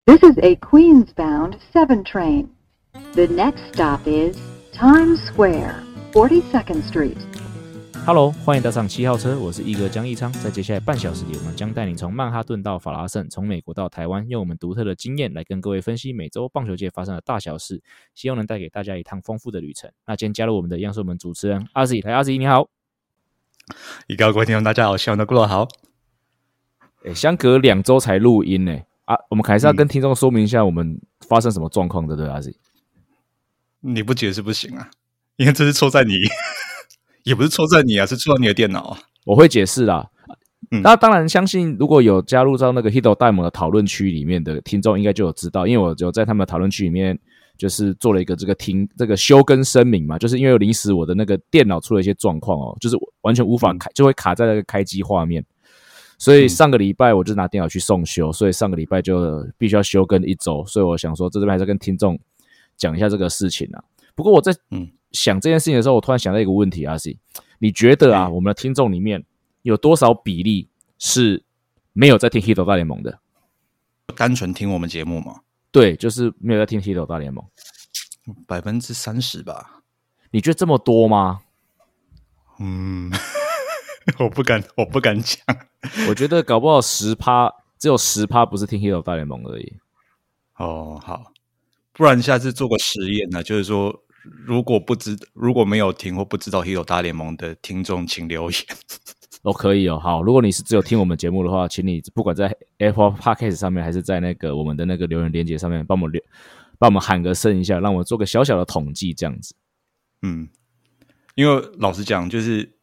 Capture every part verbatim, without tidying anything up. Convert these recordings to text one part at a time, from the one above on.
This is a Queens-bound seven train. The next stop is Times Square, forty-second Street.Hello， 欢迎搭上七号车，我是一哥江一昌。在接下来半小时里，我们将带你从曼哈顿到法拉盛，从美国到台湾，用我们独特的经验来跟各位分析美洲棒球界发生的大小事，希望能带给大家一趟丰富的旅程。那今天加入我们的一样是我们主持人阿 Z， 来阿 Z 你好。 一哥各位听众大家好，希望都过得好。 欸、相隔两周才录音呢、欸，啊，我们还是要跟听众说明一下我们发生什么状况的，对不对，阿 Z？ 你不解释不行啊，因为这是错在你。也不是错在你啊，是错在你的电脑啊。 我会解释啦。嗯、那当然，相信如果有加入到那个 Hito 大联盟的讨论区里面的听众，应该就有知道，因为我有在他们的讨论区里面，就是做了一个这个停这个休更声明嘛，就是因为临时我的那个电脑出了一些状况哦，就是完全无法开，嗯、就会卡在那个开机画面，所以上个礼拜我就拿电脑去送修，所以上个礼拜就必须要休更一周，所以我想说，这边还是跟听众讲一下这个事情啊。不过我在嗯。想这件事情的时候，我突然想到一个问题，阿 C， 你觉得啊，我们的听众里面有多少比例是没有在听 Hito 大联盟的？ 单纯听我们节目吗？ 对，就是没有在听 Hito 大联盟， 百分之三十吧。 你觉得这么多吗？ 嗯，我不敢，我不敢讲。 我觉得搞不好十趴，只有十趴不是听 Hito 大联盟而已。 哦，好，不然下次做个实验呢，就是说。如果不知如果没有听或不知道 Hito 大联盟的听众，请留言。 哦，可以哦。好，如果你是只有听我们节目的话，请你不管在 Apple Podcast 上面，还是在那个我们的那个留言连结上面，帮我们留，帮我们喊个声一下，让我做个小小的统计，这样子。 嗯，因为老实讲，就是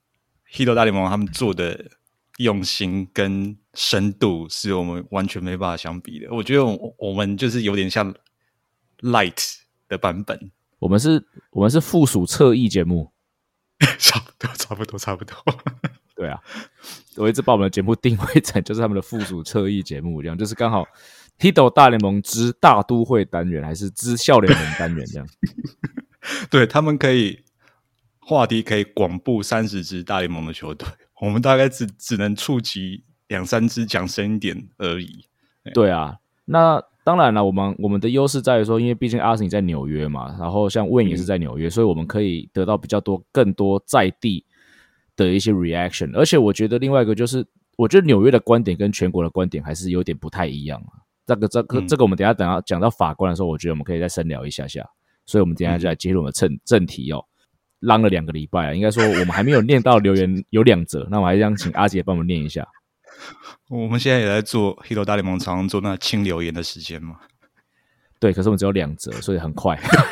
Hito 大联盟他们做的用心跟深度，是我们完全没办法相比的。我觉得我我们就是有点像 Light 的版本。 我们是，我们是附属侧翼节目， 差不多，差不多，差不多。 对啊，我一直把我们的节目定位成就是他们的附属侧翼节目，这样就是刚好 Hito 大联盟之大都会单元，还是之笑联盟单元这样。 对，他们可以话题可以广布三十支大联盟的球队，我们大概只只能触及两三支，讲深一点而已。 对啊，那。当然了，我们我们的优势在于说，因为毕竟阿信在纽约嘛，然后像 Wayne 也是在纽约，嗯、所以我们可以得到比较多、更多在地的一些 reaction。而且我觉得另外一个就是，我觉得纽约的观点跟全国的观点还是有点不太一样啊。这个、这个、这个，我们等一下等到讲到法官的时候，我觉得我们可以再深聊一下下。所以我们等一下就来接入我们的正正题哦。浪了两个礼拜啊，应该说我们还没有念到留言有两则，那我还是想请阿杰帮我们念一下。 我们现在也在做 Hito 大联盟，常常做那清留言的时间嘛。 对，可是我们只有两则，所以很快。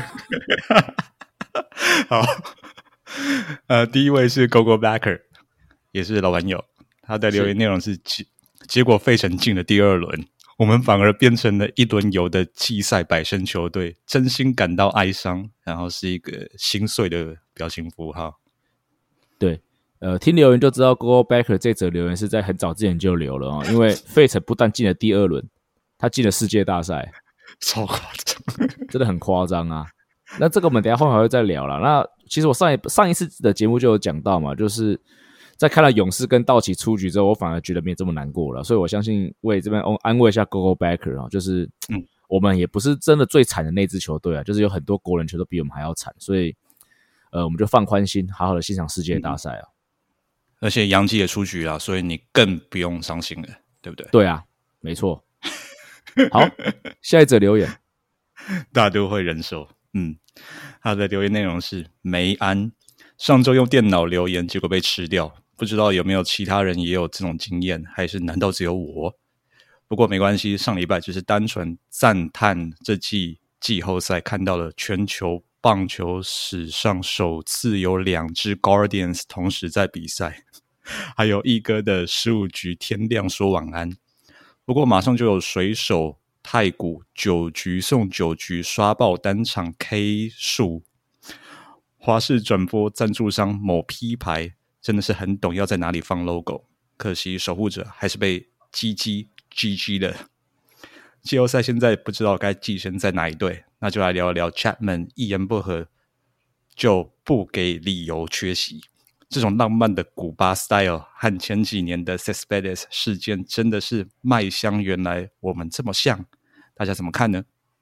好，呃，第一位是 Gogo Backer， 也是老朋友，他的留言内容是：是结果费城进了第二轮，我们反而变成了一轮游的季赛百胜球队，真心感到哀伤。然后是一个心碎的表情符号。 对。呃，听留言就知道 Gogo Backer 这则留言是在很早之前就留了哦，因为费城不但进了第二轮，他进了世界大赛， 超夸张， 真的很夸张啊。那这个我们等一下后面还会再聊啦。那其实我上一上一次的节目就有讲到嘛，就是在看了勇士跟道奇出局之后，我反而觉得没这么难过了，所以我相信为这边安慰一下 Gogo Backer 啊，就是嗯，我们也不是真的最惨的那支球队啊，就是有很多国人球都比我们还要惨，所以呃，我们就放宽心，好好的欣赏世界大赛啊。嗯， 而且杨基也出局了，所以你更不用伤心了，对不对？ 对啊，没错。好，下一则留言， 大都会人寿，嗯，他的留言内容是：梅安上周用电脑留言，结果被吃掉，不知道有没有其他人也有这种经验，还是难道只有我？不过没关系，上礼拜只是单纯赞叹这季季后赛看到了全球棒球史上首次有两支 Guardians 同时在比赛，还有一哥的十五局天亮说晚安。不过马上就有水手太古九局送九局刷爆单场 K 数。华视转播赞助商某 P 牌真的是很懂要在哪里放 logo， 可惜守护者还是被鸡鸡 G G 了。季后赛现在不知道该寄生在哪一队，那就来聊一聊 Chapman 一言不合就不给理由缺席。这种浪漫的古巴 style 和前几年的 Cespedes 事件真的是麦香原来我们这么像。 大家怎么看呢？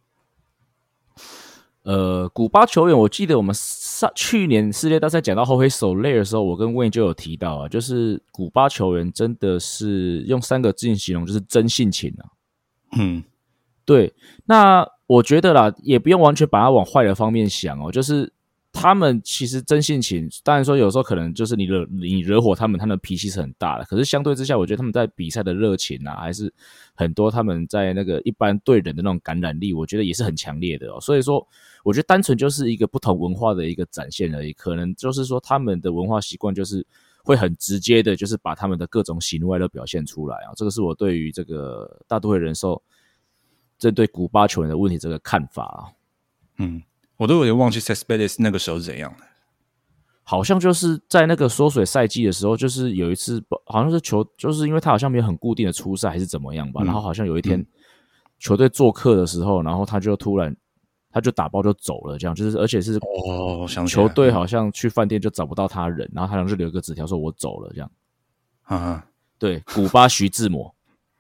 呃，古巴球员，我记得我们上去年世界大赛讲到后黑手累的时候，我跟 Wayne 就有提到啊，就是古巴球员真的是用三个字形容，就是真性情啊。 嗯， 对。那我觉得啦，也不用完全把它往坏的方面想哦，就是他们其实真性情，当然说有时候可能就是你惹你惹火他们，他们的脾气是很大的。可是相对之下，我觉得他们在比赛的热情啊，还是很多他们在那个一般对人的那种感染力，我觉得也是很强烈的哦。所以说，我觉得单纯就是一个不同文化的一个展现而已。可能就是说他们的文化习惯就是会很直接的，就是把他们的各种喜怒哀乐表现出来啊。这个是我对于这个大都会人寿针对古巴球员的问题这个看法啊。 嗯。我都有点忘记 Cespedes 那个时候是怎样的， 好像就是在那个缩水赛季的时候，就是有一次好像是球，就是因为他好像没有很固定的出赛还是怎么样吧，嗯、然后好像有一天、嗯、球队做客的时候，然后他就突然他就打包就走了，这样就是而且是哦， 球队好像去饭店就找不到他人，然后他好像就留个纸条说我走了这样， 啊， 对，古巴徐志摩，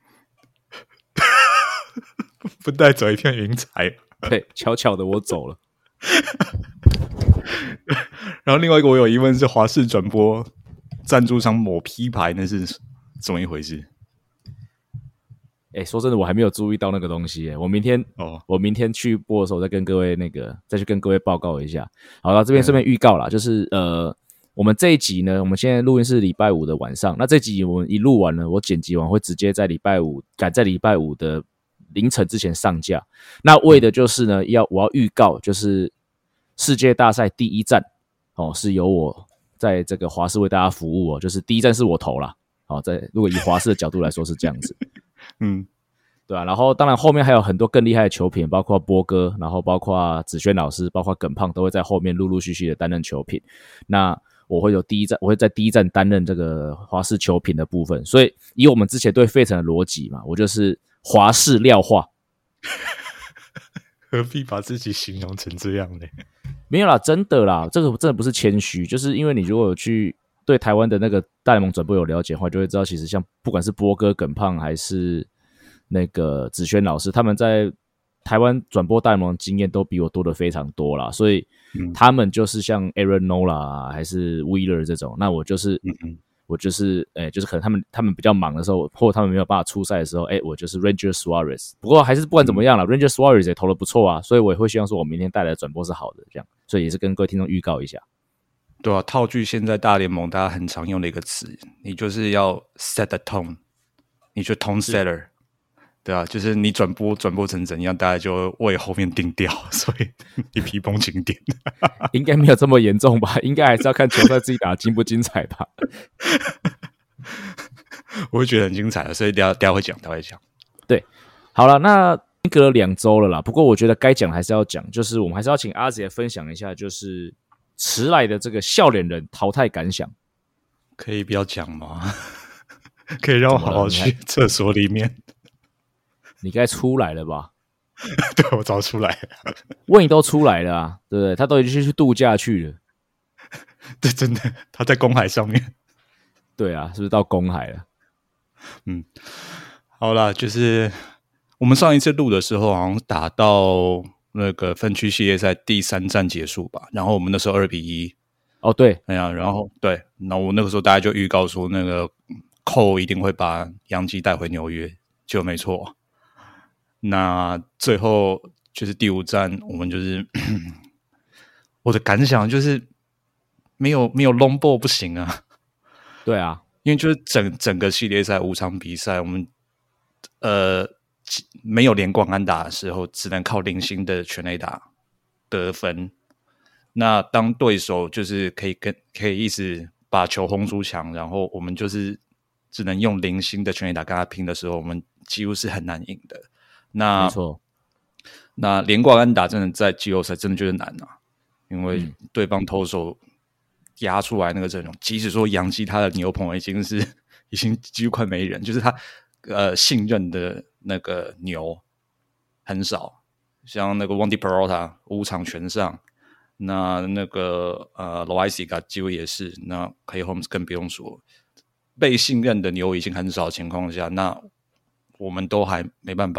不带走一片云彩， 对，悄悄的我走了。 然后另外一个我有疑问是华视转播赞助商抹 P 牌，那是怎么一回事？ 哎、欸，说真的，我还没有注意到那个东西、欸。我明天哦，我明天去播的时候再跟各位那个再去跟各位报告一下。好了，这边顺便预告啦，就是呃，我们这一集呢，我们现在录音是礼拜五的晚上，那这集我们一录完了，我剪辑完会直接在礼拜五赶在礼拜五的凌晨之前上架。那为的就是呢，要我要预告，就是世界大赛第一站哦，是由我在这个华视为大家服务哦，就是第一站是我投啦。好，在如果以华视的角度来说是这样子， 嗯， 对啊，然后当然后面还有很多更厉害的球评，包括波哥，然后包括子轩老师，包括耿胖都会在后面陆陆续续的担任球评。那我会有第一站，我会在第一站担任这个华视球评的部分。所以以我们之前对费城的逻辑嘛，我就是华视廖化。 何必把自己形容成这样呢？ 没有啦，真的啦，这个真的不是谦虚，就是因为你如果有去对台湾的那个大联盟转播有了解的话，就会知道其实像不管是波哥、耿胖还是那个子轩老师，他们在台湾转播大联盟经验都比我多的非常多啦，所以他们就是像 Aaron Nola 啊，还是 Wheeler 这种，那我就是嗯嗯我就是诶、欸，就是可能他们他们比较忙的时候，或者他们没有办法出赛的时候，诶、欸，我就是 Ranger Suarez。不过还是不管怎么样啦、嗯、，Ranger Suarez 也投得不错啊，所以我也会希望说我明天带来的转播是好的，这样，所以也是跟各位听众预告一下。 对啊，套句现在大联盟大家很常用的一个词，你就是要 set the tone， 你就 tone setter， 对啊，就是你转播转播成怎样，大家就为后面定调，所以一批绷紧点。 应该没有这么严重吧？应该还是要看球赛自己打得精不精彩吧。 我会觉得很精彩的，所以等一下等一下会讲，等一下会讲。 对，好了，那隔了两周了啦，不过我觉得该讲还是要讲，就是我们还是要请阿杰分享一下，就是迟来的这个笑脸人淘汰感想。 可以不要讲吗？可以让我好好去厕所里面。 你该出来了吧？ 对，我早出来了。 Wayne都出来了啊，对不对？他都已经去度假去了。 对，真的，他在公海上面。 对啊，是不是到公海了？ 嗯，好啦，就是我们上一次录的时候，好像打到那个分区系列赛第三战结束吧。然后我们那时候二比一。 哦，对， 哎呀，然后对，那我那个时候大家就预告说，那个寇一定会把洋基带回纽约，就没错。那最后就是第五站，我们就是我的感想就是没有没有 long ball 不行啊。 对啊， 因为就是整整个系列赛五场比赛，我们呃没有连贯安打的时候，只能靠零星的全垒打得分。那当对手就是可以跟可以一直把球轰出墙，然后我们就是只能用零星的全垒打跟他拼的时候，我们几乎是很难赢的。那没错， 那连贯安打真的在季后赛真的就是难啊，因为对方投手压出来那个阵容，即使说洋基他的牛棚已经是已经几乎快没人，就是他呃信任的那个牛很少，像那个 Wandy Peralta 五场全上，那那个呃 Loaiziga 几乎也是，那 Clay Holmes 更不用说，被信任的牛已经很少的情况下，那我们都还没办法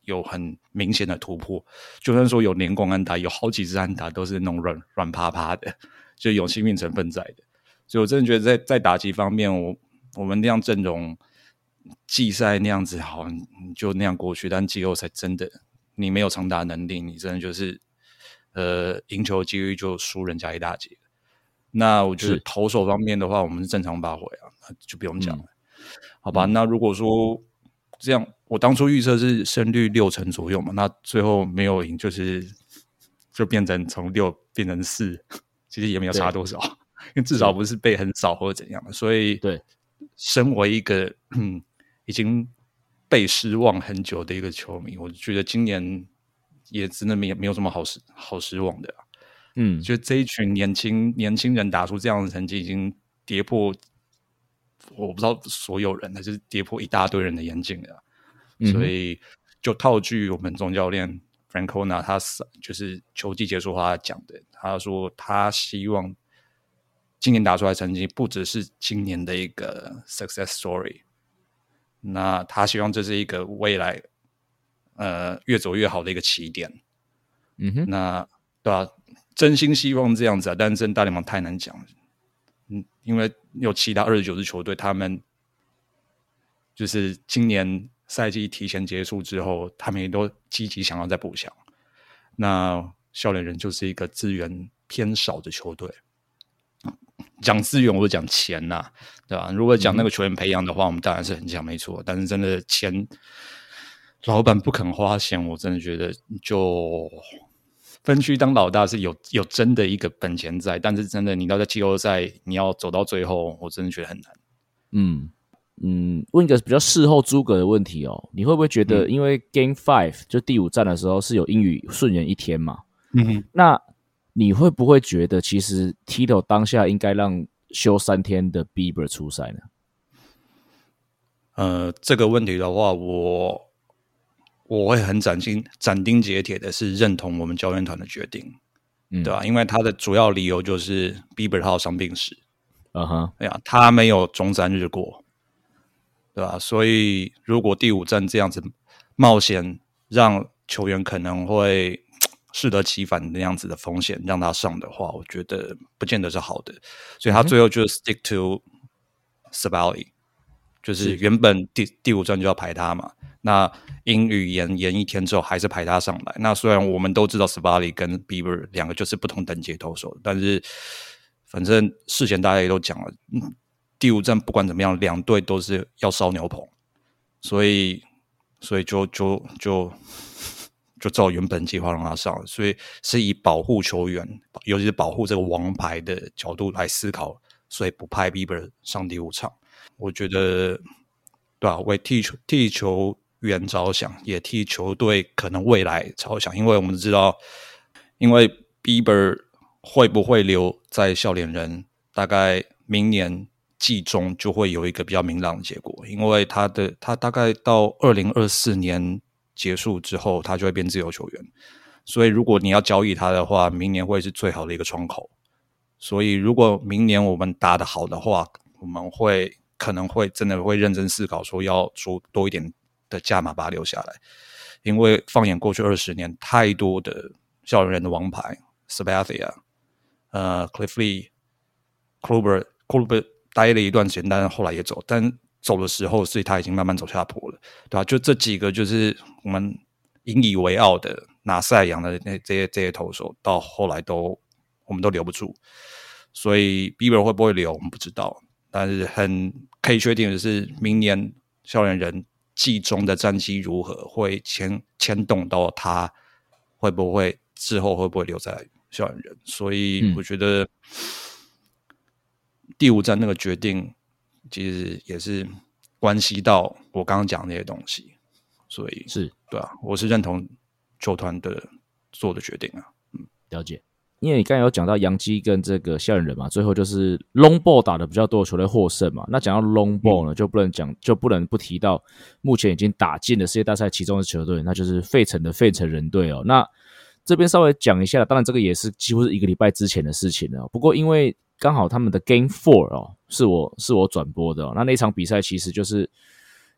有很明显的突破，就算说有连贯安打，有好几支安打都是那种软软趴趴的，就有幸运成分在的。所以我真的觉得在在打击方面，我我们那样阵容，季赛那样子好，你就那样过去，但季后赛真的你没有长打能力，你真的就是呃赢球几率就输人家一大截。那我觉得投手方面的话，我们是正常发挥啊，就不用讲了，嗯、好吧？嗯、那如果说这样，我当初预测是胜率六成左右嘛，那最后没有赢，就是就变成从六变成四，其实也没有差多少。因为至少不是被很少或者怎样的，所以对， 身为一个嗯已经被失望很久的一个球迷，我觉得今年也真的没没有什么好失好失望的、啊。嗯，就这一群年轻年轻人打出这样的成绩，已经跌破我不知道所有人，还是跌破一大堆人的眼镜了、啊。嗯、所以就套句我们总教练 Francona 他就是球季结束后他讲的，他说他希望。今年打出来的成绩不只是今年的一个 success story， 那他希望这是一个未来呃越走越好的一个起点。嗯哼，那对吧、啊？真心希望这样子啊，但是真大联盟太难讲了。嗯，因为有其他二十九支球队，他们就是今年赛季提前结束之后，他们也都积极想要再补强。那笑脸人就是一个资源偏少的球队。讲资源，我就讲钱呐、啊，对吧？如果讲那个球员培养的话，嗯、我们当然是很强，没错。但是真的钱，老板不肯花钱，我真的觉得就分区当老大是有有真的一个本钱在，但是真的你要在季后赛你要走到最后，我真的觉得很难。 嗯嗯，问一个比较事后诸葛的问题哦，你会不会觉得，因为 Game Five 就第五战的时候是有英语顺延一天嘛？嗯哼，那你会不会觉得，其实 Tito 当下应该让休三天的 Bieber 出赛呢？ 呃，这个问题的话，我我会很斩钉斩钉截铁的是认同我们教练团的决定，嗯、对吧、啊？因为他的主要理由就是 Bieber 他有伤病史，嗯哼，哎呀，他没有中三日过，对吧、啊？所以如果第五站这样子冒险让球员可能会适得其反那样子的风险让他上的话，我觉得不见得是好的，所以他最后就 stick to Civale， 就是原本第第五站就要排他嘛，那英语延延一天之后还是排他上来。那虽然我们都知道 Civale 跟 Bieber 两个就是不同等级的投手，但是反正事前大家也都讲了，嗯、第五站不管怎么样，两队都是要烧牛棚，所以所以就就就。就照原本计划让他上，所以是以保护球员，尤其是保护这个王牌的角度来思考，所以不派 Bieber 上第五场。我觉得，对吧、啊？为替球替球员着想，也替球队可能未来着想，因为我们知道，因为 Bieber 会不会留在笑脸人，大概明年季中就会有一个比较明朗的结果，因为他的他大概到二零二四年。结束之后，他就会变自由球员。所以，如果你要交易他的话，明年会是最好的一个窗口。所以，如果明年我们打得好的话，我们会可能会真的会认真思考，说要出多一点的价码把他留下来。因为放眼过去二十年，太多的笑脸人的王牌 Sabathia、呃 Cliff Lee、Kluber、Kluber 待了一段时间，但是后来也走，但走的时候，所以他已经慢慢走下坡了，对吧、啊？就这几个，就是我们引以为傲的拿赛扬的那这些这些投手，到后来都我们都留不住。所以 Bieber 会不会留，我们不知道。但是很可以确定的是，明年笑脸人季中的战绩如何，会牵牵动到他会不会之后会不会留在笑脸人。所以我觉得第五站那个决定。其实也是关系到我刚刚讲的那些东西，所以是对啊，我是认同球团的做的决定啊。嗯， 了解。因为你刚才有讲到洋基跟这个笑脸人嘛，最后就是 long ball 打的比较多的球队获胜嘛。那讲到 long ball 呢，嗯、就不能讲，就不能不提到目前已经打进了世界大赛其中的球队，那就是费城的费城人队哦。那这边稍微讲一下，当然这个也是几乎是一个礼拜之前的事情了。不过因为刚好他们的 Game Four 哦，是我是我转播的哦。那那场比赛其实就是还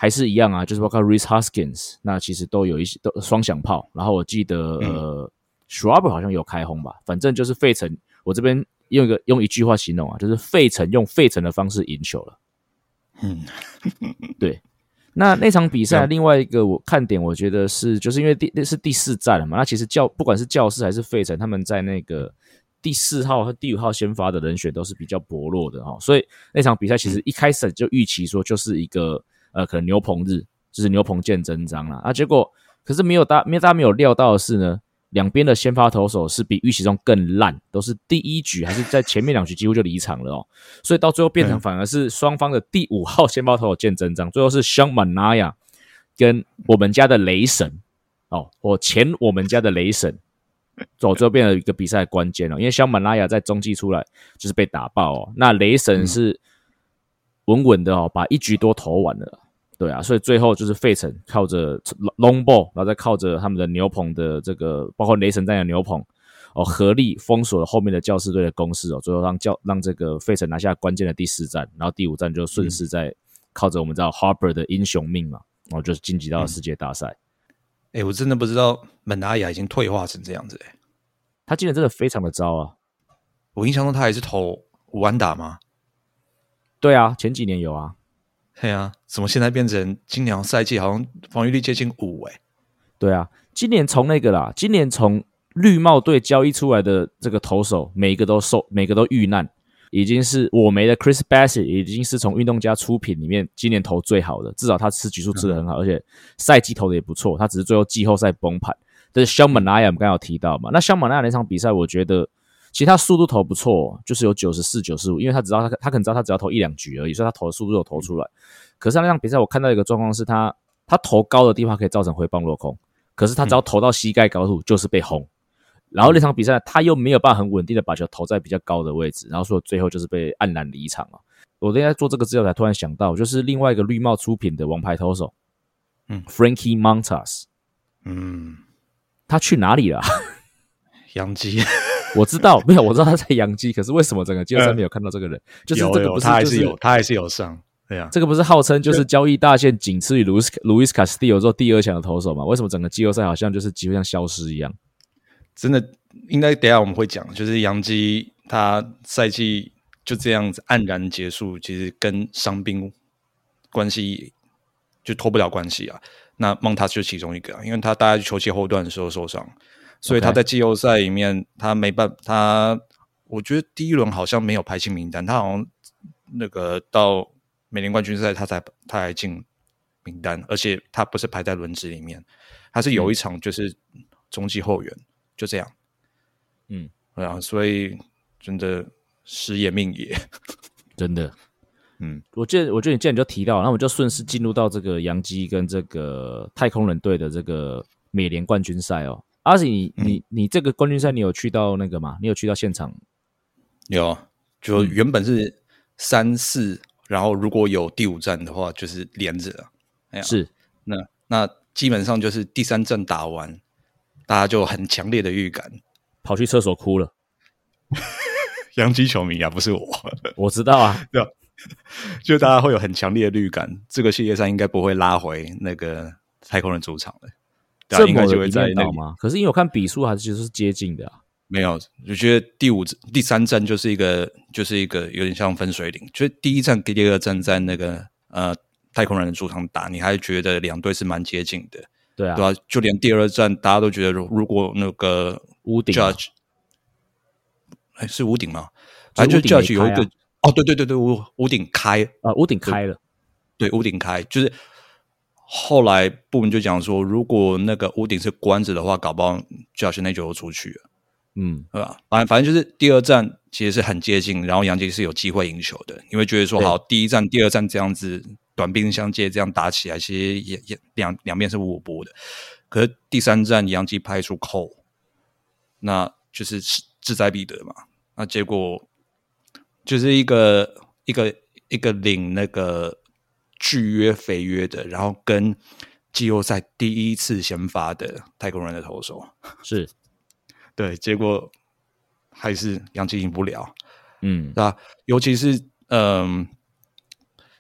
还是一样啊，就是包括 Rhys Hoskins， 那其实都有一些都双响炮。然后我记得、嗯、呃 Schwarber 好像有开轰吧，反正就是费城，我这边用一个用一句话形容啊，就是费城用费城的方式赢球了。嗯，对。那那场比赛另外一个我看点，我觉得是就是因为第是第四战了嘛，那其实教不管是教士还是费城，他们在那个第四号和第五号先发的人选都是比较薄弱的哦，所以那场比赛其实一开始就预期说就是一个呃可能牛棚日，就是牛棚见真章啦啊，结果可是没有大没有大家没有料到的是呢，两边的先发投手是比预期中更烂，都是第一局还是在前面两局几乎就离场了哦，所以到最后变成反而是双方的第五号先发投手见真章，最后是 Sean Manaea 跟我们家的雷神哦，或前我们家的雷神，走最后变成一个比赛的关键了，因为 Sean Manaea 在中继出来就是被打爆哦，那雷神是稳稳的哦，把一局多投完了。对啊，所以最后就是费城靠着 long ball， 然后再靠着他们的牛棚的这个，包括雷神在的牛棚哦，合力封锁了后面的教士队的攻势哦，最后让教让这个费城拿下关键的第四战，然后第五战就顺势在靠着我们知道 Harper 的英雄命嘛，然后就晋级到了世界大赛。 哎、嗯欸，我真的不知道门拿亚已经退化成这样子哎、欸， 他今年真的非常的糟啊！ 我印象中他还是投五安打吗？ 对啊，前几年有啊。 对啊，怎么现在变成今年赛季好像防御率接近五哎？ 对啊，今年从那个啦，今年从绿帽队交易出来的这个投手，每一个都受，每个都遇难，已经是我没的 Chris Bassett 已经是从运动家出品里面今年投最好的，至少他吃局数吃得很好，嗯、而且赛季投的也不错，他只是最后季后赛崩盘。但是 Sean Manaea 我们刚才有提到嘛，那 Sean Manaea 那场比赛，我觉得其实他速度投不错，就是有九十四、九十五，因为他只知道他他可能知道他只要投一两局而已，所以他投的速度有投出来。可是他那场比赛我看到一个状况是他他投高的地方可以造成回棒落空，可是他只要投到膝盖高度就是被轰。然后那场比赛他又没有办法很稳定的把球投在比较高的位置，然后所以最后就是被黯然离场了。我那天在做这个资料才突然想到，就是另外一个绿帽出品的王牌投手，嗯 ，Frankie Montas， 嗯，他去哪里了、啊？ 洋基， 我知道，没有，我知道他在洋基，可是为什么整个季后赛没有看到这个人？嗯、就是这个不是， 他还是有，他还是有上。对啊， 这个不是号称就是交易大线仅次于 Luis Luis Castillo 之后第二强的投手吗？为什么整个季后赛好像就是几乎像消失一样？ 真的，应该等一下我们会讲，就是洋基他赛季就这样子黯然结束，其实跟伤病关系就脱不了关系啊。那 Montas 就是其中一个、啊，因为他大概球季后段的时候受伤，所以他在季后赛里面他没办法，他我觉得第一轮好像没有排进名单，他好像那个到美联冠军赛他才他才进名单，而且他不是排在轮值里面，他是有一场就是中继后援。嗯就这样，嗯，啊，所以真的时也命也， 真的，嗯，我觉得，我觉得你既然你就提到，那我们就顺势进入到这个洋基跟这个太空人队的这个美联冠军赛哦。阿喜，你、嗯、你你这个冠军赛你有去到那个吗？你有去到现场？ 有，就原本是三四、嗯，然后如果有第五站的话，就是连着了。哎、 是， 那那基本上就是第三站打完。大家就很强烈的预感， 跑去厕所哭了。 洋基球迷啊，不是我， 我知道啊， 对，就大家会有很强烈的预感，这个系列赛应该不会拉回那个太空人主场了， 对、啊，应该就会在那吗？可是因为我看比数还是就是接近的啊。 没有，我觉得第五、第三站就是一个，就是一个有点像分水岭，就是第一站跟第二站在那个呃太空人的主场打，你还觉得两队是蛮接近的。 对啊， 对啊，就连第二站，大家都觉得，如果那个屋顶 Judge， 哎，是屋顶吗？反正就 Judge 有一个，啊、哦，对对对对，屋屋顶开啊，屋顶开了， 对，屋顶开，就是后来部门就讲说，如果那个屋顶是关着的话，搞不好 Judge 那就出去了，嗯，对吧？反正反正就是第二站其实是很接近，然后洋基是有机会赢球的，你会觉得说，好，第一站、第二站这样子。短兵相接，这样打起来，其实也也两两边是互搏的。可是第三站洋基拍出扣，那就是志在必得嘛。那结果就是一个一个一个领那个巨约肥约的，然后跟季后赛第一次先发的太空人的投手是对，结果还是洋基赢不了。 嗯， 那尤其是嗯。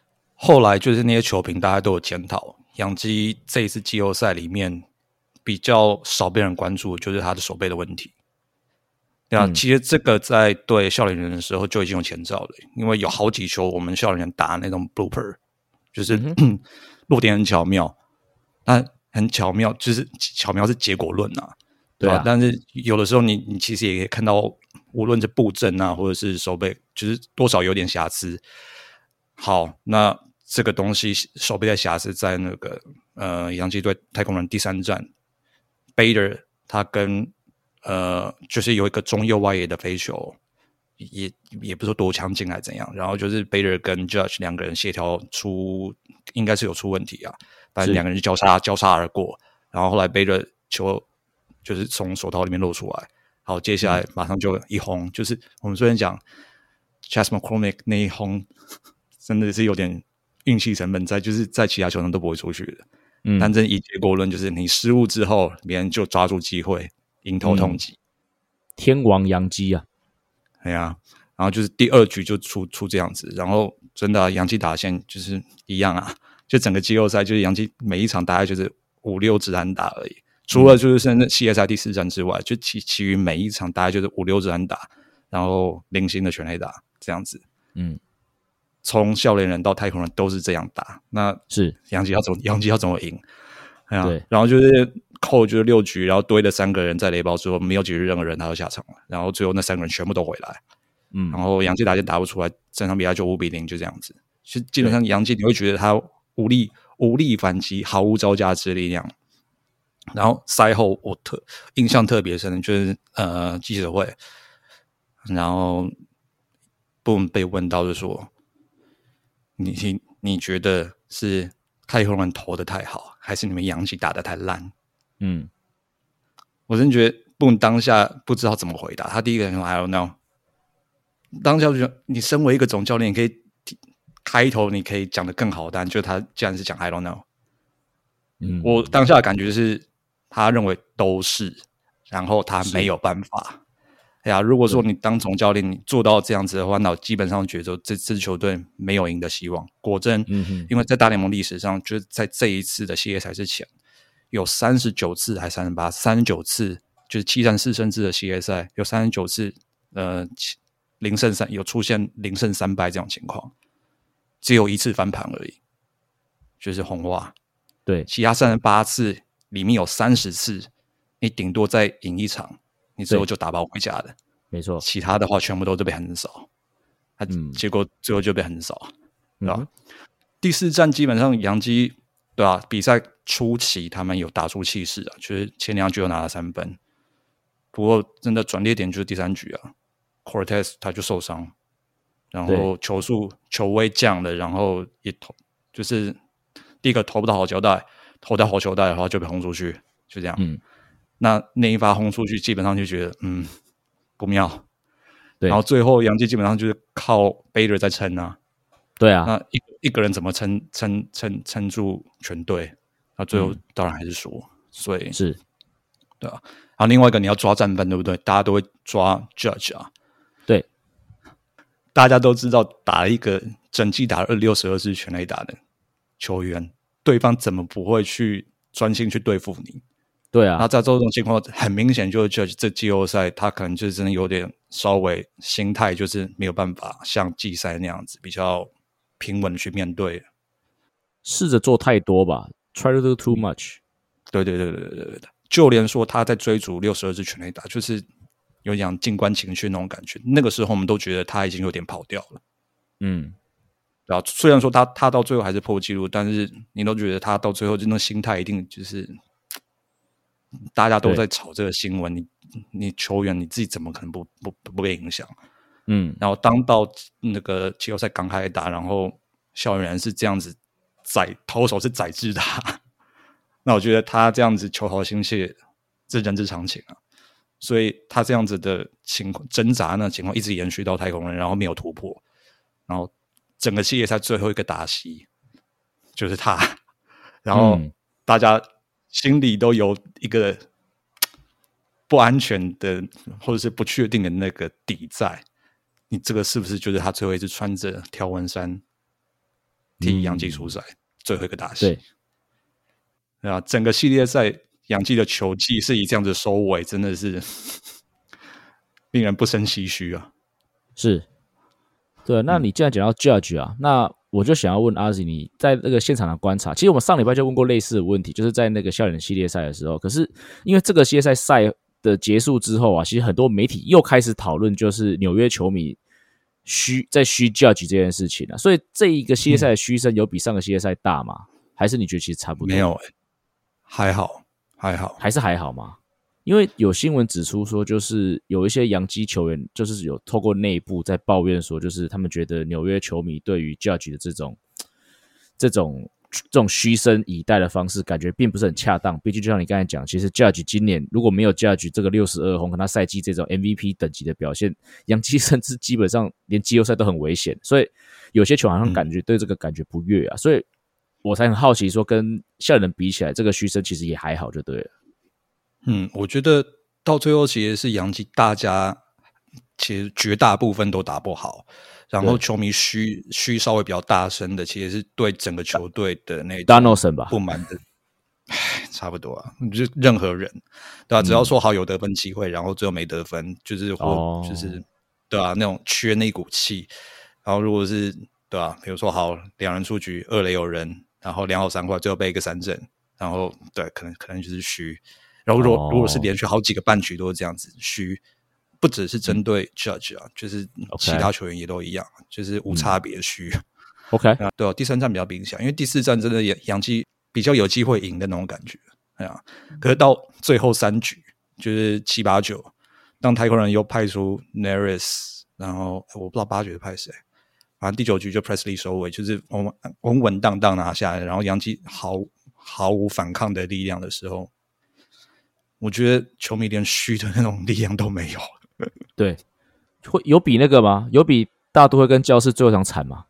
后来就是那些球评大家都有检讨，洋基这一次季后赛里面比较少被人关注，就是他的守备的问题。对啊、嗯，其实这个在对笑脸人的时候就已经有前兆了，因为有好几球我们笑脸人打那种 blooper， 就是、嗯、落点很巧妙，那很巧妙，就是巧妙是结果论啊，对吧、啊？但是有的时候你你其实也可以看到，无论是布阵啊，或者是守备，就是多少有点瑕疵。好，那这个东西守备的瑕疵在那个呃洋基队太空人第三战 ，Bader 他跟呃就是有一个中右外野的飞球，也也不是说多强劲还是怎样，然后就是 Bader 跟 Judge 两个人协调出应该是有出问题啊，反正两个人就交叉交叉而过，然后后来 Bader 球就是从手套里面露出来，好，接下来马上就一轰，嗯、就是我们虽然讲 Chas McCormick 那一轰。真的是有点运气成分在，就是在其他球场都不会出去的。嗯，但真以结果论，就是你失误之后，别人就抓住机会，迎头痛击。嗯、 天王洋基啊， 哎呀，然后就是第二局就出出这样子，然后真的、啊、洋基打线就是一样啊，就整个季后赛就是洋基每一场大概就是五六支安打而已，除了就是甚至系列赛第四战之外，就其其余每一场大概就是五六支安打，然后零星的全垒打这样子。嗯。从笑脸人到太空人都是这样打，那是洋基要怎么洋基要怎么赢？对，然后就是扣就是六局，然后堆了三个人在垒包之后，没有解决任何人，他就下场了。然后最后那三个人全部都回来，嗯，然后洋基打线打不出来，整场比赛就五比零，就这样子。其实基本上洋基你会觉得他无力无力反击，毫无招架之力量。然后赛后我特印象特别深的就是呃记者会，然后布恩被问到就说。你你觉得是太空人投的太好，还是你们洋基打的太烂？嗯，我真觉得布恩当下不知道怎么回答。他第一个人说 I don't know， 当下就觉得你身为一个总教练，你可以开头你可以讲的更好，但就他既然是讲 I don't know， 嗯，我当下的感觉是他认为都是，然后他没有办法。哎呀，如果说你当总教练，你做到这样子的话，那基本上觉得这支球队没有赢的希望。果真，嗯、因为在大联盟历史上，就是在这一次的系列赛之前，有三十九次还三十八，三十九次就是七战四胜制的系列赛，有三十九次呃零胜三有出现零胜三败这种情况，只有一次翻盘而已，就是红袜。 对， 其他三十八次里面有三十次，你顶多再赢一场。你最后就打包回家的， 没错。 其他的话全部都被横扫，他结果最后就被横扫，对吧？嗯、第四战基本上洋基对吧、啊？比赛初期他们有打出气势啊，就是前两局又拿了三分，不过真的转捩点就是第三局啊 ，Cortez 他就受伤，然后球速球威降了，然后也投就是第一个投不到好球带，投到好球带的话就被轰出去，就这样。嗯。那那一发轰出去，基本上就觉得嗯不妙，对。然后最后洋基基本上就是靠 Bader 在撑啊， 对啊。 那一一个人怎么撑撑撑撑住全队？那最后当然还是输，嗯、所以是， 对啊。然后另外一个你要抓战分，对不对？大家都会抓 Judge 啊， 对。 大家都知道，打了一个整季打了六十二支全垒打的球员，对方怎么不会去专心去对付你？ 对啊， 那在这种情况，很明显就是 Judge 这季后赛他可能就是真的有点稍微心态就是没有办法像季赛那样子比较平稳去面对， 试着做太多吧 ，try to do too much。 对对对对对对对，就连说他在追逐六十二支全垒打，就是有点静观情绪那种感觉。那个时候我们都觉得他已经有点跑掉了，嗯，对啊。虽然说他他到最后还是破纪录，但是你都觉得他到最后就那心态一定就是。大家都在炒这个新闻，你你球员你自己怎么可能不不不被影响？嗯，然后当到那个季后赛刚开始打，然后校园是这样子宰投手是宰制他，那我觉得他这样子求好心切，这人之常情啊。所以他这样子的情况挣扎那情况一直延续到太空人，然后没有突破，然后整个系列赛最后一个打席就是他，然后大家。心里都有一个不安全的或者是不确定的那个底在，你这个是不是就是他最后一次穿着条纹衫替洋基出赛、嗯、最后一个打席。 对， 对啊，整个系列赛洋基的球季是以这样子收尾，真的是令人不胜唏嘘啊。 是，对，那你既然讲到 Judge 啊，嗯、那我就想要问阿 Z， 你在那个现场的观察，其实我们上礼拜就问过类似的问题，就是在那个校园系列赛的时候，可是因为这个系列赛赛的结束之后啊，其实很多媒体又开始讨论，就是纽约球迷虚在虚 Judge 这件事情啊，所以这一个系列赛的嘘声有比上个系列赛大吗？还是你觉得其实差不多？ 没有、欸，还好，还好， 还是还好吗？因为有新闻指出说，就是有一些洋基球员，就是有透过内部在抱怨说，就是他们觉得纽约球迷对于 Judge 的这种、这种、这种嘘声以待的方式，感觉并不是很恰当。毕竟就像你刚才讲，其实 Judge 今年如果没有 Judge 这个六十二轰，跟他赛季这种 M V P 等级的表现，洋基甚至基本上连季后赛都很危险。所以有些球好像感觉对这个感觉不悦啊，嗯、所以我才很好奇说，跟校人比起来，这个嘘声其实也还好，就对了。 嗯，我觉得到最后其实是洋基大家其实绝大部分都打不好，然后球迷嘘嘘稍微比较大声的，其实是对整个球队的那种不满的，唉，差不多啊，就任何人对吧、啊？只要说好有得分机会，然后最后没得分，就是或、哦、就是对啊，那种缺那股气。然后如果是对啊，比如说好两人出局，二垒有人，然后两好三坏，最后被一个三振，然后对，可能可能就是嘘。然后如果、哦、如果是连续好几个半局都是这样子嘘，不只是针对 Judge 啊，嗯、就是其他球员也都一样， okay. 就是无差别嘘。嗯、 OK， 啊对啊，第三站比较明显，因为第四站真的洋基比较有机会赢的那种感觉，对啊。可是到最后三局，就是七八九，当太空人又派出 Neris， 然后我不知道八局是派谁，反正第九局就 Presley 收尾，就是稳稳稳当当拿下来，然后洋基毫毫无反抗的力量的时候。我觉得球迷连嘘的那种力量都没有。 对，会有比那个吗？有比大都会跟教士最后场惨吗？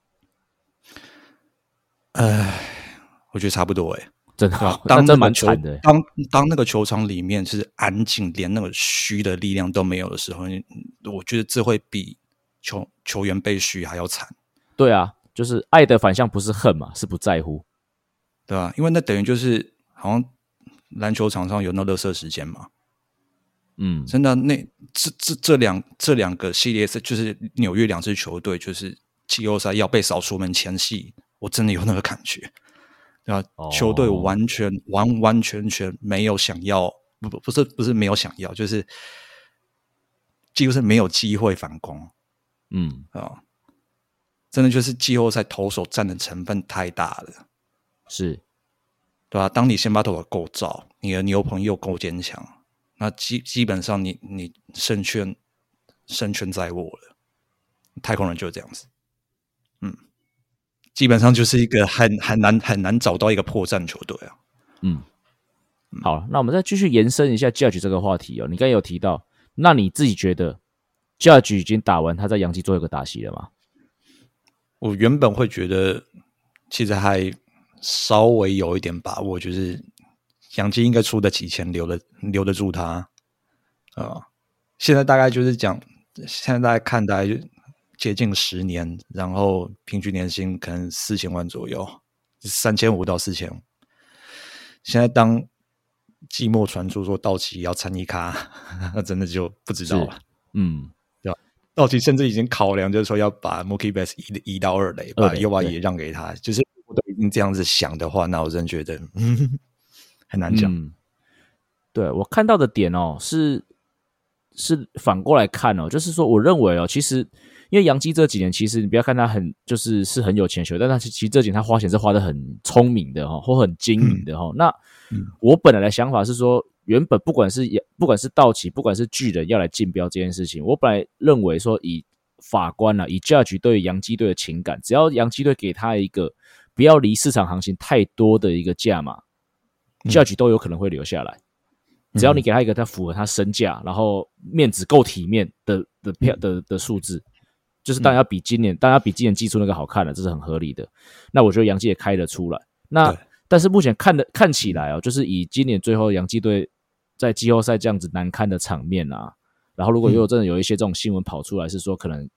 呃，我觉得差不多诶， 真的， 当真蛮惨的。 当当那个球场里面是安静，连那个嘘的力量都没有的时候，我觉得这会比球球员被嘘还要惨。 对啊，就是爱的反向不是恨嘛，是不在乎， 对吧、啊？因为那等于就是好像。篮球场上有那垃圾时间吗？ 嗯， 真的，那这这这两这两个系列赛，就是纽约两支球队，就是季后赛要被扫出门前夕，我真的有那个感觉，对吧、哦？球队完全完完全全没有想要，不不不是不是没有想要，就是几乎是没有机会反攻， 嗯啊，真的就是季后赛投手占的成分太大了， 是。 对吧、啊？当你先发投手够造，你的牛棚又够坚强，那基基本上你你胜券胜券在握了。太空人就是这样子，嗯，基本上就是一个很很难很难找到一个破绽球队啊。 嗯，好，那我们再继续延伸一下 Judge 这个话题哦。你刚才有提到，那你自己觉得 Judge 已经打完他在洋基最后一个打席了吗？ 我原本会觉得，其实还。稍微有一点把握，就是洋基应该出得起钱，留得留得住他啊、呃。现在大概就是讲，现在大概看大概就接近十年，然后平均年薪可能四千万左右，三千五到四千。现在当季末传出说道奇要参一咖，那真的就不知道了。 嗯， 对吧？道奇甚至已经考量，就是说要把 Mookie Betts 移移到二垒，把右外野让给他，就是。都已经这样子想的话，那我真觉得嗯很难讲、 嗯。对，我看到的点哦，是是反过来看哦，就是说，我认为哦，其实因为洋基这几年，其实你不要看他很就是是很有钱球，但他其实这几年他花钱是花得很聪明的哈、哦，或很精明的哈、哦嗯。那、嗯、我本来的想法是说，原本不管是不管是道奇，不管是巨人要来竞标这件事情，我本来认为说以法官啊，以 Judge 对洋基队的情感，只要洋基队给他一个。不要离市场行情太多的一个价码、嗯、Judge 都有可能会留下来。只要你给他一个他符合他身价，然后面子够体面的的票的的数字，就是当然要比今年，当然要比今年季初那个好看了，这是很合理的。那我觉得洋基也开得出来。那但是目前看的看起来哦，就是以今年最后洋基队在季后赛这样子难堪的场面啊，然后如果又真的有一些这种新闻跑出来，是说可能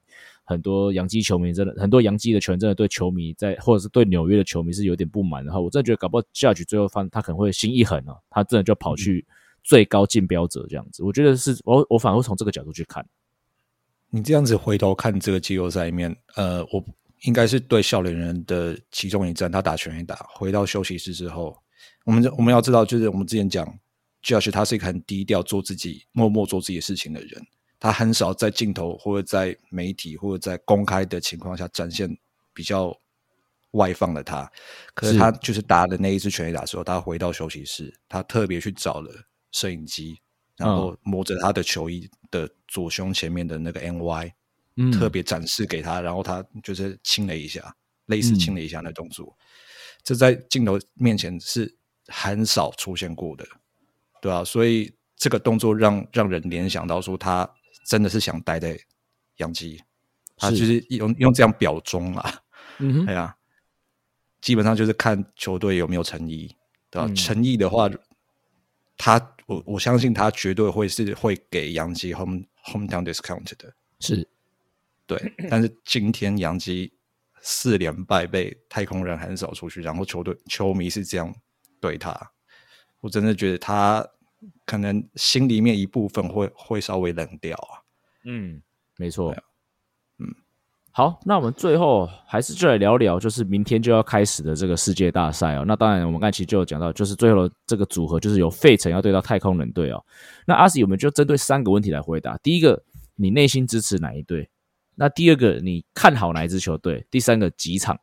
很多洋基球迷真的，很多洋基的球员真的对球迷在，或者是对纽约的球迷是有点不满的话，我真的觉得搞不好 Judge 最后他可能会心一狠啊，他真的就跑去最高竞标者这样子。我觉得是我我反而会从这个角度去看。 你这样子回头看这个季后赛里面，呃，我应该是对笑脸人的其中一战，他打全垒打，回到休息室之后，我们我们要知道，就是我们之前讲 Judge 他是一个很低调做自己默默做自己的事情的人，他很少在镜头或者在媒体或者在公开的情况下展现比较外放的他，可是他就是打的那一支全垒打的时候，他回到休息室，他特别去找了摄影机，然后摸着他的球衣的左胸前面的那个 N Y、嗯、特别展示给他，然后他就是亲了一下，类似亲了一下那动作、嗯、这在镜头面前是很少出现过的，对啊，所以这个动作让让人联想到说他真的是想待在洋基，他就是用用这样表忠啦，嗯哼，对啊，基本上就是看球队有没有诚意，对吧、啊？诚、嗯、意的话，他我我相信他绝对会是会给洋基 home hometown discount 的， 是， 对。但是今天洋基四连败被太空人横扫出去，然后球队球迷是这样对他，我真的觉得他可能心里面一部分会会稍微冷掉啊。 嗯，没错。嗯，好，那我们最后还是就来聊聊，就是明天就要开始的这个世界大赛哦。那当然，我们刚才其实就有讲到，就是最后的这个组合就是由费城要对到太空人队哦。那阿喜，我们就针对三个问题来回答。第一个，你内心支持哪一队？那第二个，你看好哪一支球队？第三个，几场？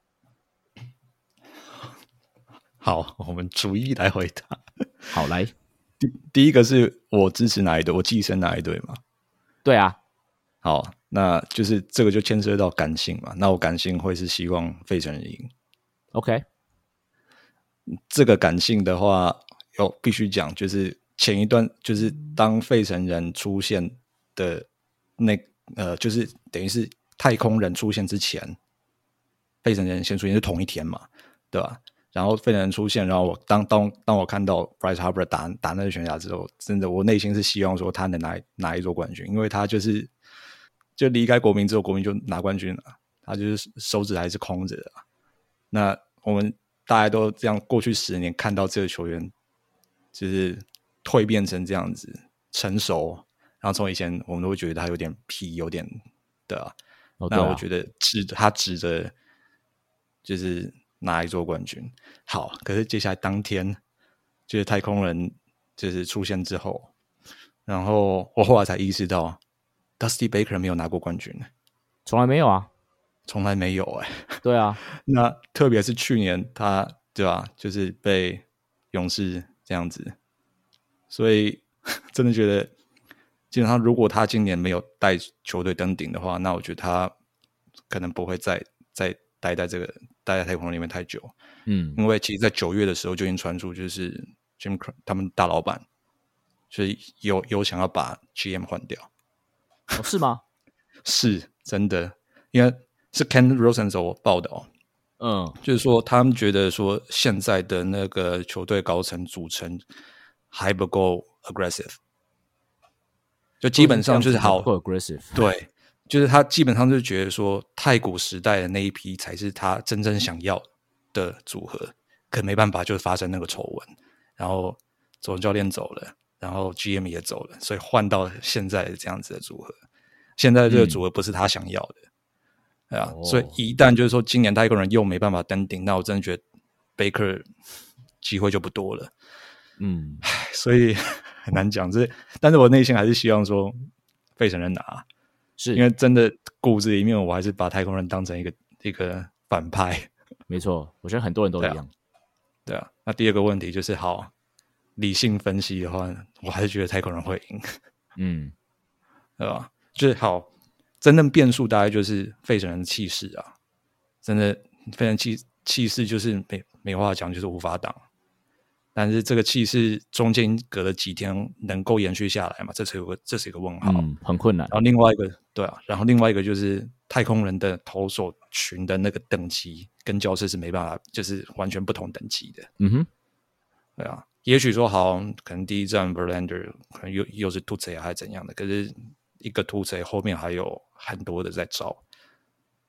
好，我们逐一来回答。 好，来， 第第一个是我支持哪一队，我寄生哪一队嘛？ 对啊。 好，那就是这个就牵涉到感性嘛。那我感性会是希望费城人赢。 OK， 这个感性的话，有必须讲，就是前一段就是当费城人出现的那呃，就是等于是太空人出现之前，费城人先出现是同一天嘛，对吧？然后费城人出现，然后我当当当我看到 Bryce Harper 打打那个全垒打之后，真的我内心是希望说他能拿拿一座冠军，因为他就是就离开国民之后，国民就拿冠军了，他就是手指还是空着的。那我们大家都这样，过去十年看到这个球员就是蜕变成这样子成熟，然后从以前我们都会觉得他有点皮，有点的、啊哦啊，那我觉得值他值得就是拿一座冠军。好，可是接下来当天就是太空人就是出现之后，然后我后来才意识到 Dusty Baker 没有拿过冠军， 从来没有啊， 从来没有哎、欸。 对啊， 那特别是去年他对吧，就是被勇士这样子，所以真的觉得基本上如果他今年没有带球队登顶的话，那我觉得他可能不会再再待在这个待在太空人里面太久。嗯，因为其实在九月的时候就已经传出，就是 Jim 他们大老板就是有有想要把 G M 换掉。 哦，是吗？ 是真的，因为是 Ken Rosenthal 报的哦。嗯，就是说他们觉得说现在的那个球队高层组成还不够 aggressive， 就基本上就是好不够 aggressive。 对，就是他基本上就觉得说太古时代的那一批才是他真正想要的组合，可没办法，就发生那个丑闻，然后总教练走了，然后 G M 也走了，所以换到现在这样子的组合。现在这个组合不是他想要的，对啊，所以一旦就是说今年太空人又没办法登顶，那我真的觉得 Baker 机会就不多了。嗯，所以很难讲，这但是我内心还是希望说费城人拿， 是因为真的骨子里面我还是把太空人当成一个一个反派。 没错，我觉得很多人都一样。 对啊，对啊，那第二个问题就是好理性分析的话，我还是觉得太空人会赢。嗯，对吧？就是好，真正变数大概就是费城人的气势啊，真的费城气气势就是没没话讲，就是无法挡。但是这个气势中间隔了几天能够延续下来嘛？这是有个这是一个问号， 嗯，很困难。 然后另外一个对啊，然后另外一个就是太空人的投手群的那个等级跟教士是没办法，就是完全不同等级的。嗯哼，对啊，也许说好，可能第一站 Verlander 可能又又是突锤还是怎样的，可是一个突锤后面还有很多的在招，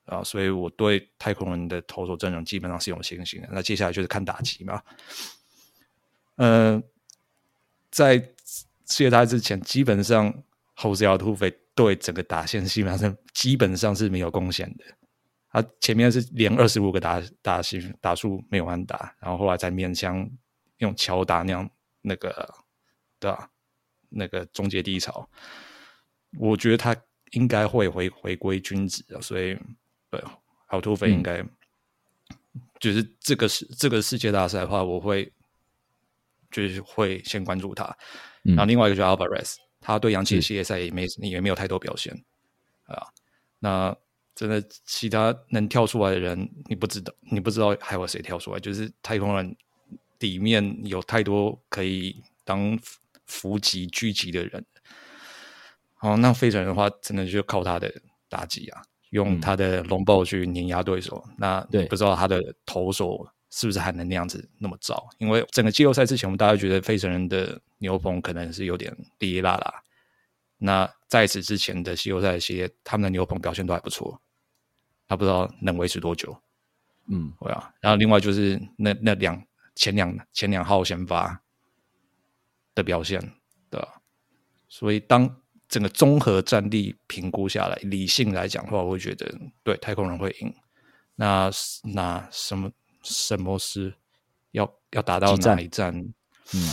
啊，所以我对太空人的投手阵容基本上是有信心的。那接下来就是看打击嘛。呃，在世界大赛之前，基本上 Jose Altuve 对整个打线基本上基本上是没有贡献的。他前面是连二十五个打打打数没有安打，然后后来才勉强用乔打那样那个对吧？那个终结低潮，我觉得他应该会回回归均值啊，所以对Altuve应该、嗯、就是这个是这个世界大赛的话，我会就是会先关注他。嗯、然后另外一个就是 Alvarez， 他对洋基的系列赛也没也没有太多表现啊，那。真的，其他能跳出来的人，你不知道，你不知道还有谁跳出来。就是太空人里面有太多可以当伏击、狙击的人。好，那费城人的话，真的就靠他的打击啊，用他的龙暴去碾压对手。嗯、那不知道他的投手是不是还能那样子那么糟？因为整个季后赛之前，我们大家觉得费城人的牛棚可能是有点哩哩啦啦。那在此之前的季后赛系列，他们的牛棚表现都还不错。他不知道能维持多久，嗯，对啊。然后另外就是那那两前两前两号先发的表现，对吧？所以当整个综合战力评估下来，理性来讲的话，我会觉得对太空人会赢。那那什么什么是要要打到哪一战？嗯，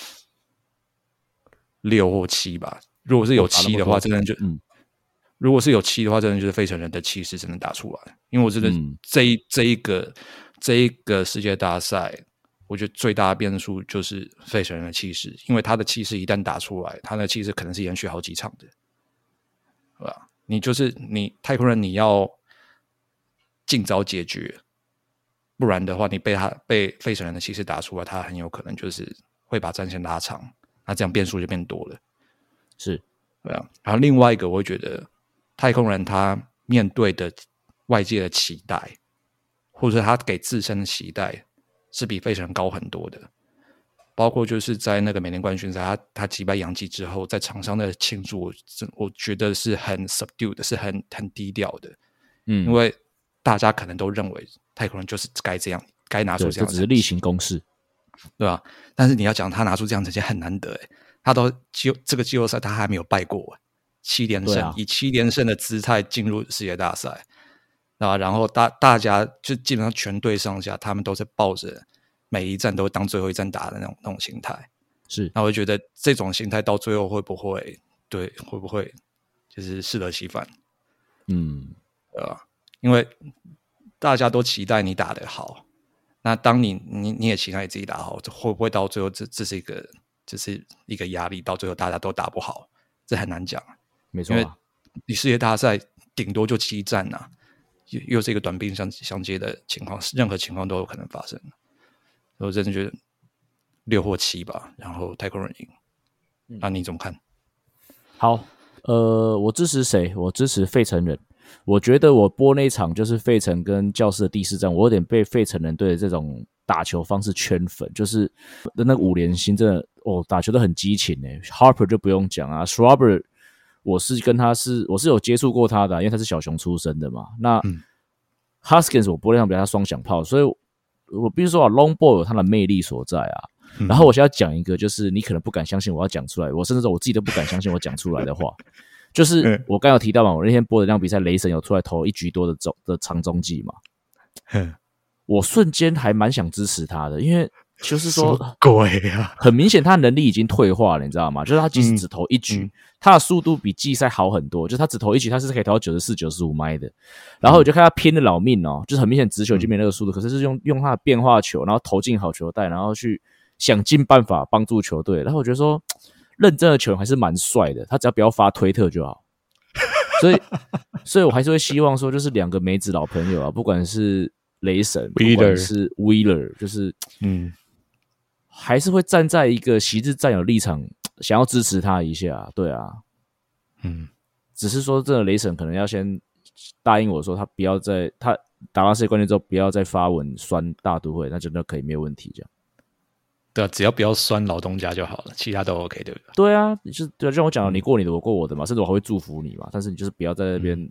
六或七吧。如果是有七的话，真的就嗯。如果是有七的话，真的就是费城人的气势真的打出来。因为我觉得这一、嗯、这一个这一个世界大赛，我觉得最大的变数就是费城人的气势，因为他的气势一旦打出来，他的气势可能是延续好几场的，对吧？你就是你太空人，你要尽早解决，不然的话，你被他被费城人的气势打出来，他很有可能就是会把战线拉长，那这样变数就变多了。 是， 对啊。然后另外一个，我会觉得。太空人他面对的外界的期待，或者他给自身的期待，是比费城人高很多的。包括就是在那个美联冠军赛，他他击败洋基之后，在场上的庆祝，我我觉得是很 subdued 的，是很很低调的。嗯，因为大家可能都认为太空人就是该这样，该拿出这样的成绩， 这只是例行公事， 对吧？但是你要讲他拿出这样的成绩很难得，他都这个季后赛他还没有败过。七连胜、啊，以七连胜的姿态进入世界大赛，啊，然后大大家就基本上全队上下，他们都是抱着每一战都当最后一战打的那种那种心态。 是， 那我就觉得这种心态到最后会不会对会不会就是适得其反？嗯，对吧？因为大家都期待你打得好，那当你你你也期待你自己打好，会不会到最后这这是一个这是一个压力，到最后大家都打不好，这很难讲。 没错、啊， 因为你世界大赛顶多就七战啊，又又是一个短兵相相接的情况，任何情况都有可能发生。我真的觉得六或七吧，然后太空人赢。嗯、那你怎么看？ 好，呃，我支持谁？我支持费城人。我觉得我播那一场就是费城跟教士的第四战，我有点被费城人队的这种打球方式圈粉，就是那个五连星真的哦，打球都很激情诶。Harper 就不用讲啊 ，Schwarber。我是跟他是我是有接触过他的、啊，因为他是小熊出身的嘛。那、嗯、Hoskins 我播那场比他双响炮，所以我必须说啊 ，Long Ball 有他的魅力所在啊。嗯、然后我现在讲一个，就是你可能不敢相信我要讲出来，我甚至我自己都不敢相信我讲出来的话，就是我刚有提到嘛，我那天播的那场比赛，雷神有出来投一局多的中的长中继嘛，我瞬间还蛮想支持他的，因为。就是说， 鬼啊！ 很明显，他能力已经退化了，你知道吗？就是他即使只投一局，嗯、他的速度比季赛好很多。就是他只投一局，他是可以投到九十四、九十五迈的。然后我就看他拼的老命哦，就是很明显直球已经没那个速度，嗯、可是是用用他的变化球，然后投进好球带，然后去想尽办法帮助球队。然后我觉得说，认真的球员还是蛮帅的，他只要不要发推特就好。所以，所以我还是会希望说，就是两个梅子老朋友啊，不管是雷神，不管是 Wheeler， 就是嗯。还是会站在一个昔日战友立场，想要支持他一下，对啊，嗯，只是说这个雷神可能要先答应我说，他不要再他打完世界冠军之后不要再发文酸大都会，那真的可以没有问题这样。 对啊，只要不要酸老东家就好了，其他都 OK， 对不对？ 对啊，就是对啊，就像我讲的，你过你的，我过我的嘛，甚至我还会祝福你嘛，但是你就是不要在那边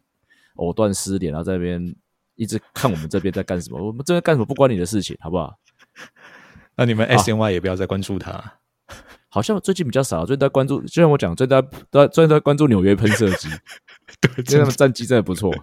藕断丝连，然后在那边一直看我们这边在干什么，我们这边干什么不关你的事情，好不好？ 那你们 S N Y 也不要再关注他。啊、 好像最近比较少，最近在关注，就像我讲，最近在最近在关注纽约喷射机， 对， 因为他们战绩真的不错。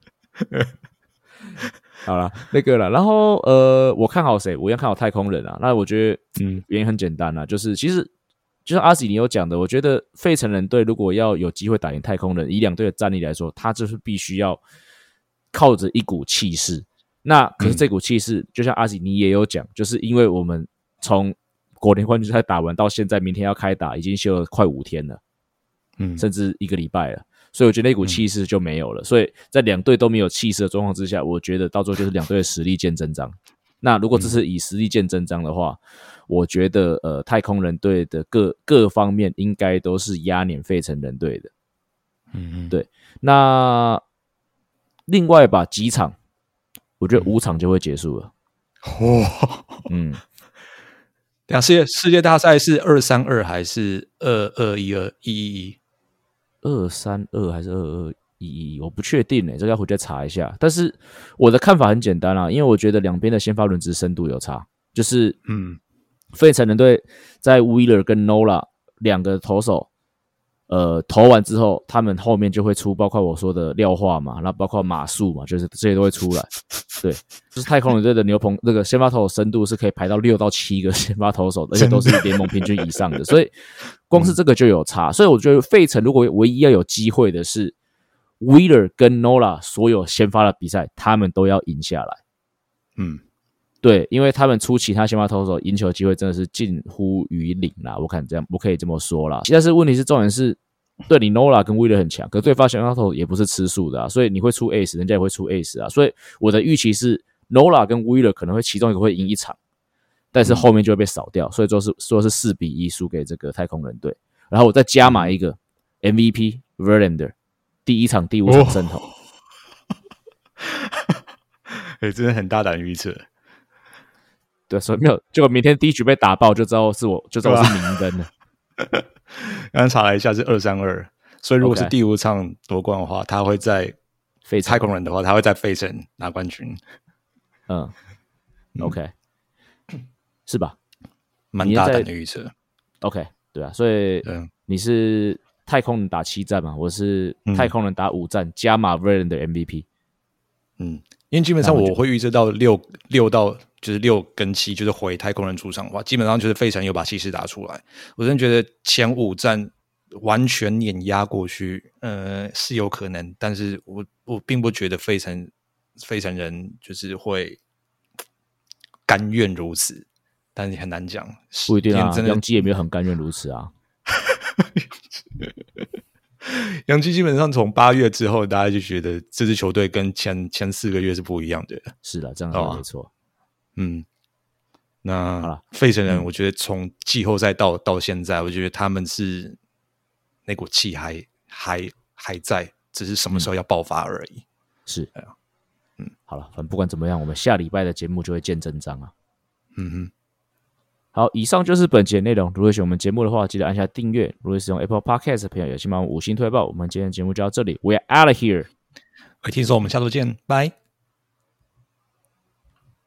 好啦，那个啦，然后呃，我看好谁？我一样看好太空人啊。那我觉得，嗯，原因很简单啦，就是其实就像阿喜你有讲的，我觉得费城人队如果要有机会打赢太空人，以两队的战力来说，他就是必须要靠着一股气势。那可是这股气势，嗯、就像阿喜你也有讲，就是因为我们从国联冠军赛打完到现在，明天要开打，已经休了快五天了，嗯，甚至一个礼拜了。所以我觉得那股气势就没有了，嗯、所以在两队都没有气势的状况之下，我觉得到最后就是两队的实力见真章。那如果这是以实力见真章的话，嗯、我觉得呃太空人队的各各方面应该都是压碾费城人队的。嗯，对。那另外吧几场，我觉得五场就会结束了。 哇， 嗯， 等下世界世界大赛是二三二还是二二一二一一一？ 二三二还是二二一一？我不确定诶、欸，这个要回去查一下。但是我的看法很简单啦，因为我觉得两边的先发轮值深度有差，就是嗯，费城人队在 Wheeler 跟 Nola 两个投手，呃，投完之后，他们后面就会出包括我说的廖化嘛，然后包括马术嘛，就是这些都会出来。对，就是太空人队的牛棚那个先发投手深度是可以排到六到七个先发投手的，而且都是联盟平均以上的，所以光是这个就有差。所以我觉得费城如果唯一要有机会的是 Wheeler 跟 Nola 所有先发的比赛，他们都要赢下来。嗯，对，因为他们出其他先发投手赢球的机会真的是近乎于零啦，我看这样我可以这么说啦。但是问题是重点是。对你 Nola 跟 Wheeler 很强，可是对方先发投手也不是吃素的啊，所以你会出 Ace， 人家也会出 Ace 啊，所以我的预期是 Nola 跟 Wheeler 可能会其中一个会赢一场，但是后面就会被扫掉，所以说是说是四比一输给这个太空人队。然后我再加码一个 M V P Verlander 第一场第五场胜投， 哎、欸，真的很大胆预测。 对，所以没有，结果明天第一局被打爆，就知道是我，就知道我是明灯了。 刚刚查了一下是二三二，所以如果是第五场夺冠的话， okay. 他会在太空人的话，他会在费城拿冠军。 嗯 ，OK， 是吧？ 蛮大胆的预测。 OK， 对啊，所以你是太空人打七战嘛？我是太空人打五战，加码 Verlander 的 M V P。 嗯，因为基本上我会预测到六六到。就是六跟七，就是回太空人主场的话，基本上就是费城有把气势打出来。我真的觉得前五战完全碾压过去，呃，是有可能，但是我我并不觉得费城费城人就是会甘愿如此，但是很难讲。 不一定啊，洋基也没有很甘愿如此啊。 洋基基本上从八月之后，大家就觉得这支球队跟前前四个月是不一样的。 是的，这样说没错。 嗯，那费城人，我觉得从季后赛到、嗯、到现在，我觉得他们是那股气还还还在，只是什么时候要爆发而已。嗯、 是，嗯，好了，反正不管怎么样，我们下礼拜的节目就会见真章啊。嗯哼，好，以上就是本节内容。如果喜欢我们节目的话，记得按下订阅。如果使用 Apple Podcast 的朋友，也请帮我们五星推爆。我们今天的节目就到这里 ，We are out of here。 会听说我们下周见，拜。